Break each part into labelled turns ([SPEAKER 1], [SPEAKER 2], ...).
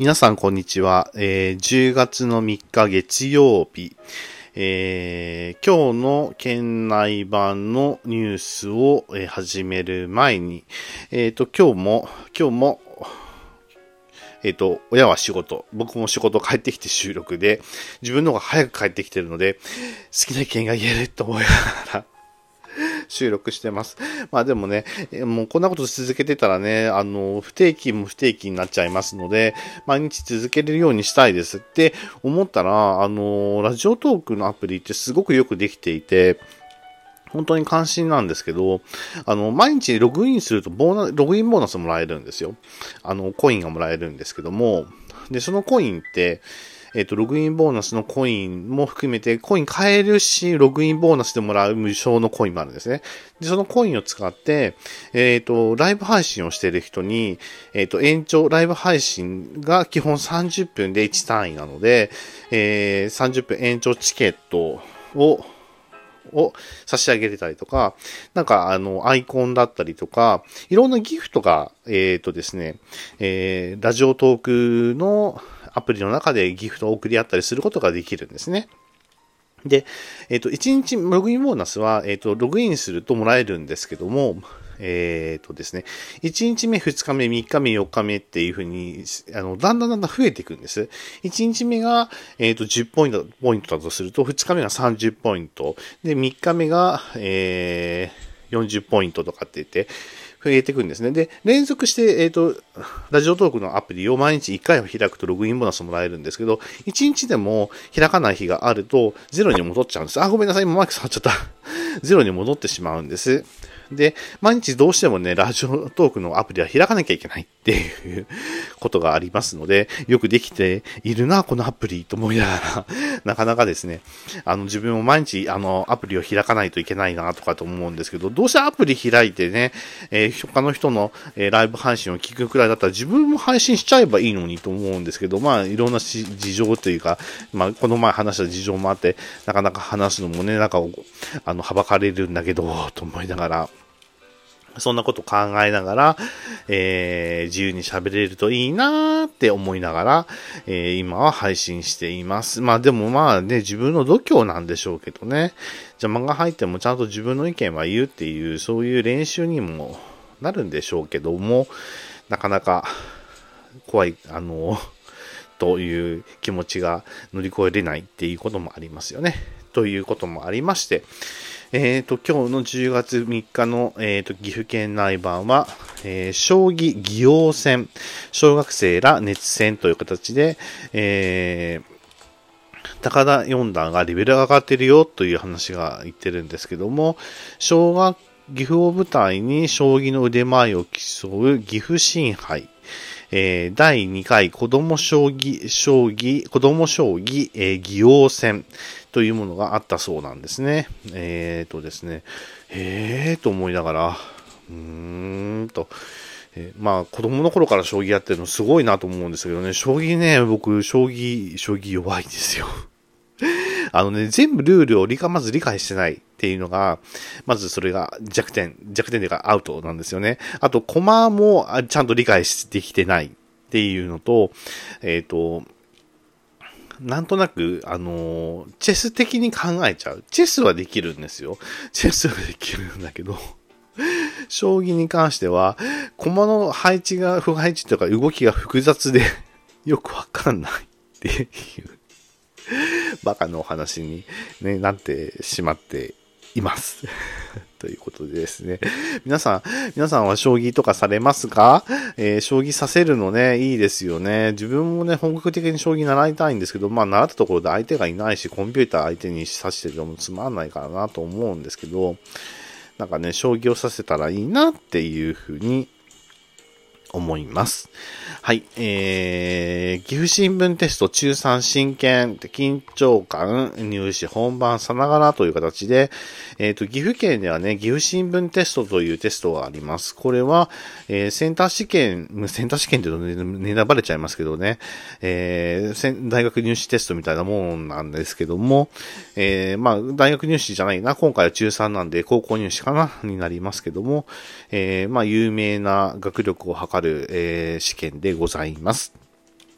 [SPEAKER 1] 皆さんこんにちは。10月の3日月曜日、今日の県内版のニュースを、始める前に、今日も、親は仕事、僕も仕事帰ってきて収録で、自分の方が早く帰ってきてるので、好きな意見が言えると思いながら、収録してます。まあでもね、もうこんなこと続けてたらね、不定期も不定期になっちゃいますので、毎日続けれるようにしたいですって思ったら、ラジオトークのアプリってすごくよくできていて、本当に関心なんですけど、毎日ログインするとログインボーナスもらえるんですよ。コインがもらえるんですけども、で、そのコインって、ログインボーナスのコインも含めて、コイン買えるし、ログインボーナスでもらう無償のコインもあるんですね。で、そのコインを使って、ライブ配信をしている人に、ライブ配信が基本30分で1単位なので、30分延長チケットを差し上げれたりとか、なんかアイコンだったりとか、いろんなギフトが、ですね、ラジオトークのアプリの中でギフトを送り合ったりすることができるんですね。で、1日ログインボーナスは、ログインするともらえるんですけども、ですね、1日目、2日目、3日目、4日目っていう風に、だんだん増えていくんです。1日目が、10ポイントだとすると、2日目が30ポイント、で、3日目が、40ポイントとかって言って、増えていくんですね。で、連続して、ラジオトークのアプリを毎日1回は開くとログインボーナスもらえるんですけど、1日でも開かない日があると、ゼロに戻っちゃうんです。ごめんなさい、今マイク触っちゃった。ゼロに戻ってしまうんです。で、毎日どうしてもね、ラジオトークのアプリは開かなきゃいけないっていうことがありますので、よくできているな、このアプリと思いながら、なかなかですね、自分も毎日、アプリを開かないといけないな、とかと思うんですけど、どうしてアプリ開いてね、他の人の、ライブ配信を聞くくらいだったら自分も配信しちゃえばいいのにと思うんですけど、まあ、いろんな事情というか、まあ、この前話した事情もあって、なかなか話すのもね、なんか、はばかれるんだけど、と思いながら、そんなこと考えながら、自由に喋れるといいなーって思いながら、今は配信しています。まあでもまあね、自分の度胸なんでしょうけどね。邪魔が入ってもちゃんと自分の意見は言うっていう、そういう練習にもなるんでしょうけども、なかなか怖い、という気持ちが乗り越えれないっていうこともありますよね。ということもありまして、今日の10月3日の、岐阜県内版は、将棋棋王戦、小学生ら熱戦という形で、高田四段がレベル上がってるよという話が言ってるんですけども、岐阜を舞台に将棋の腕前を競う岐阜新杯、第2回子供将棋、棋王戦というものがあったそうなんですね。ですね、と思いながら、まあ子供の頃から将棋やってるのすごいなと思うんですけどね、将棋ね、僕、将棋弱いんですよ。全部ルールをまず理解してないっていうのが、まずそれが弱点というかアウトなんですよね。あと、駒もちゃんと理解できてないっていうのと、なんとなく、チェス的に考えちゃう。チェスはできるんですよ。チェスはできるんだけど、将棋に関しては、駒の配置というか動きが複雑でよくわかんないっていう。バカのお話に、ね、なってしまっています。ということでですね。皆さんは将棋とかされますか？将棋させるのね、いいですよね。自分もね、本格的に将棋習いたいんですけど、まあ習ったところで相手がいないし、コンピューター相手に指しててもつまんないからなと思うんですけど、なんかね、将棋をさせたらいいなっていうふうに思います。はい。岐阜新聞テスト中3真剣緊張感入試本番さながらという形で、岐阜県ではね、岐阜新聞テストというテストがあります。これは、センター試験っていうとね、選ばれちゃいますけどね、大学入試テストみたいなもんなんですけども、まあ、大学入試じゃないな、今回は中3なんで高校入試かな、になりますけども、まあ、有名な学力を測る、試験でございます。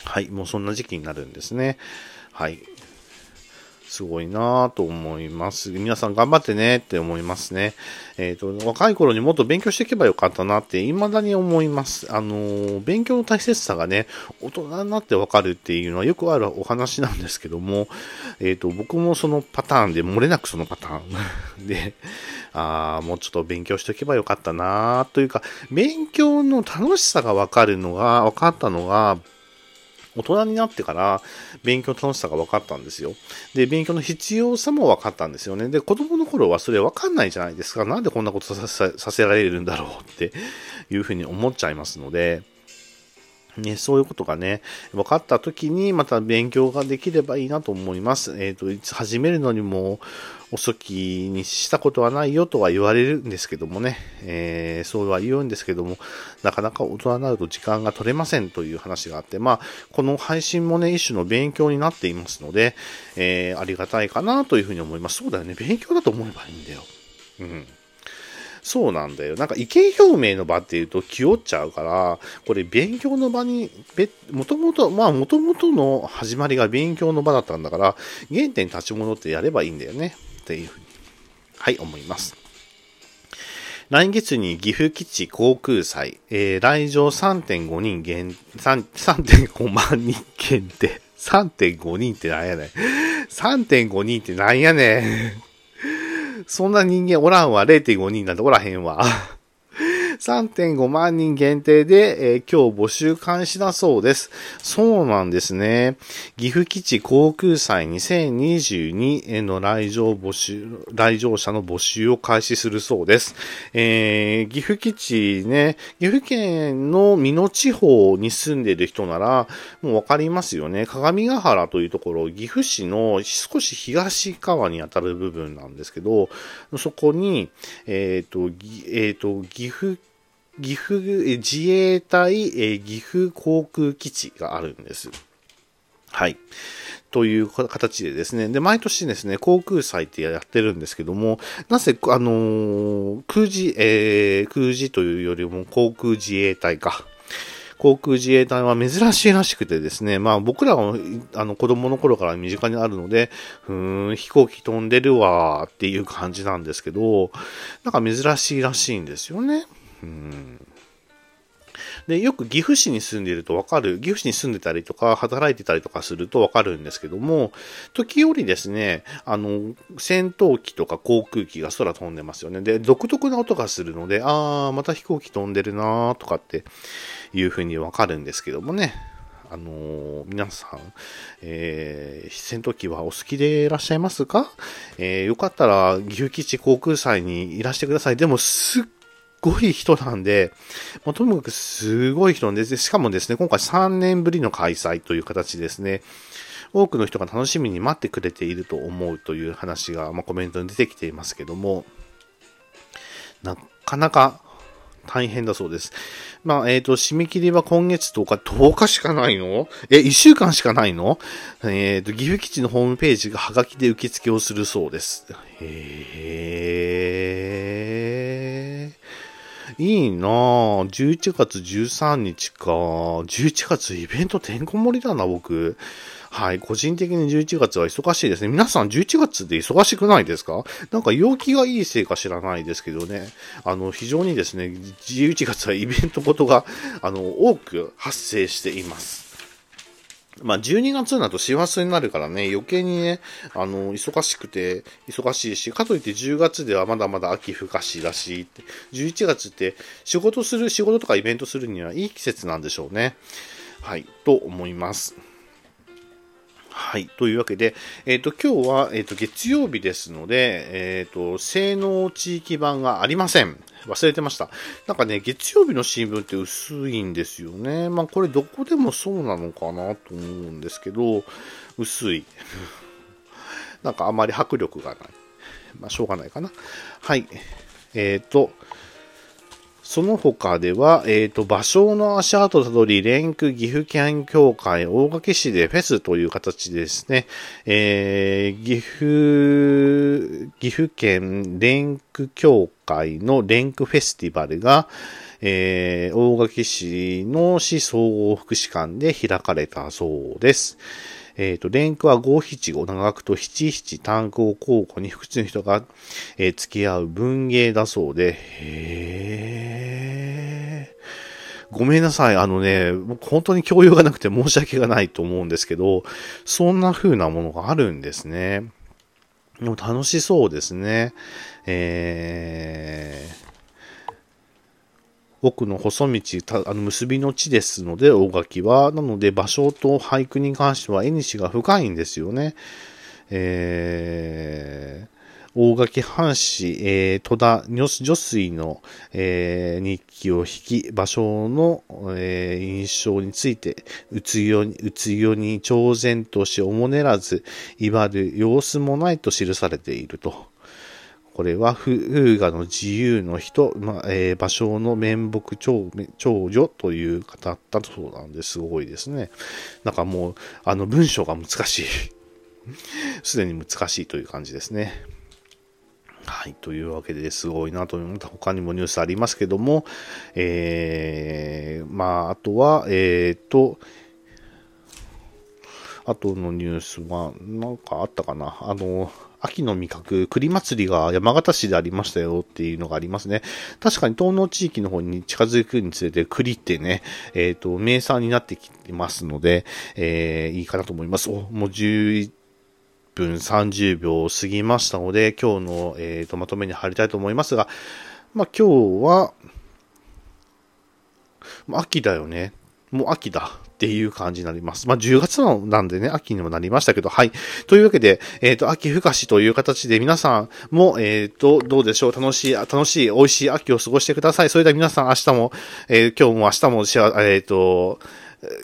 [SPEAKER 1] はい、もうそんな時期になるんですね。はい。すごいなぁと思います。皆さん頑張ってねって思いますね。若い頃にもっと勉強していけばよかったなって未だに思います。勉強の大切さがね、大人になってわかるっていうのはよくあるお話なんですけども、僕もそのパターンで、漏れなくそのパターンで、もうちょっと勉強しておけばよかったなというか、勉強の楽しさが分かったのが、大人になってから勉強の楽しさが分かったんですよ。で、勉強の必要さも分かったんですよね。で、子供の頃はそれ分かんないじゃないですか。なんでこんなことさせられるんだろうっていうふうに思っちゃいますので、ね、そういうことがね、分かった時にまた勉強ができればいいなと思います。始めるのにも遅きにしたことはないよとは言われるんですけどもね、そうは言うんですけども、なかなか大人になると時間が取れませんという話があって、この配信もね、一種の勉強になっていますので、ありがたいかなというふうに思います。そうだよね、勉強だと思えばいいんだよ。うん。そうなんだよ。なんか意見表明の場っていうと気負っちゃうから、これ勉強の場に、もともとの始まりが勉強の場だったんだから、原点に立ち戻ってやればいいんだよね。っていうふうに、はい、思います。来月に岐阜基地航空祭、来場3.5人3.5万人限定。3.5 人ってなんやねん。3.5 人ってなんやねん。そんな人間おらんわ。0.5 人なんておらへんわ。3.5 万人限定で、今日募集開始だそうです。そうなんですね。岐阜基地航空祭2022への来場者の募集を開始するそうです。岐阜基地ね、岐阜県の美濃地方に住んでいる人なら、もうわかりますよね。鏡ヶ原というところ、岐阜市の少し東側にあたる部分なんですけど、そこに、岐阜自衛隊岐阜航空基地があるんです。はい。という形でですね。で、毎年ですね、航空祭ってやってるんですけども、なぜ、空自というよりも航空自衛隊か。航空自衛隊は珍しいらしくてですね、僕らは子供の頃から身近にあるので、飛行機飛んでるわーっていう感じなんですけど、なんか珍しいらしいんですよね。で、よく岐阜市に住んでいるとわかる、岐阜市に住んでたりとか、働いてたりとかするとわかるんですけども、時折ですね、戦闘機とか航空機が空飛んでますよね。で、独特な音がするので、また飛行機飛んでるなーとかっていうふうにわかるんですけどもね。皆さん、戦闘機はお好きでいらっしゃいますか？よかったら、岐阜基地航空祭にいらしてください。でも、すっごい人なんで、とにかくすごい人なんで、しかもですね、今回3年ぶりの開催という形ですね。多くの人が楽しみに待ってくれていると思うという話が、コメントに出てきていますけども、なかなか大変だそうです。締め切りは今月10日しかないの？1週間しかないの？岐阜基地のホームページがハガキで受付をするそうです。いいなぁ。11月13日か。11月イベントてんこ盛りだな、僕。はい。個人的に11月は忙しいですね。皆さん11月で忙しくないですか？なんか陽気がいいせいか知らないですけどね。非常にですね、11月はイベントことが、多く発生しています。12月になると師走になるからね、余計にね、忙しいし、かといって10月ではまだまだ秋深しだし、11月って仕事とかイベントするにはいい季節なんでしょうね。はい、と思います。はい。というわけで、今日は、月曜日ですので、性能地域版がありません。忘れてました。なんかね、月曜日の新聞って薄いんですよね。これどこでもそうなのかなと思うんですけど、薄い。なんかあまり迫力がない。しょうがないかな。はい。その他では、芭蕉の足跡たどり、連区岐阜県協会大垣市でフェスという形でですね、岐阜県連区協会の連区フェスティバルが、 大垣市の市総合福祉館で開かれたそうです。連句は五七五、長くと七七単語を交互に複数の人が、付き合う文芸だそうで、ごめんなさい。僕本当に教養がなくて申し訳がないと思うんですけど、そんな風なものがあるんですね。でも楽しそうですね。奥の細道、結びの地ですので、大垣は。なので、芭蕉と俳句に関しては、縁が深いんですよね。大垣藩士、戸田女水の、日記を引き、芭蕉の、印象について、うつよに挑然とし、おもねらず、威張る様子もないと記されていると。これは、風雅の自由の人、芭蕉の面目長女という方だったそうなんですごいですね。なんかもう、文章が難しい。すでに難しいという感じですね。はい。というわけですごいなと思った他にもニュースありますけども、あとは、あとのニュースは、なんかあったかな。秋の味覚、栗祭りが山形市でありましたよっていうのがありますね。確かに東農地域の方に近づくにつれて栗ってね、名産になってきてますので、いいかなと思います。もう11分30秒過ぎましたので、今日の、まとめに入りたいと思いますが、今日は、秋だよね。もう秋だっていう感じになります。10月なんでね、秋にもなりましたけど、はい。というわけで、秋ふかしという形で皆さんも、どうでしょう。楽しい、美味しい秋を過ごしてください。それでは皆さん明日も、今日も明日も、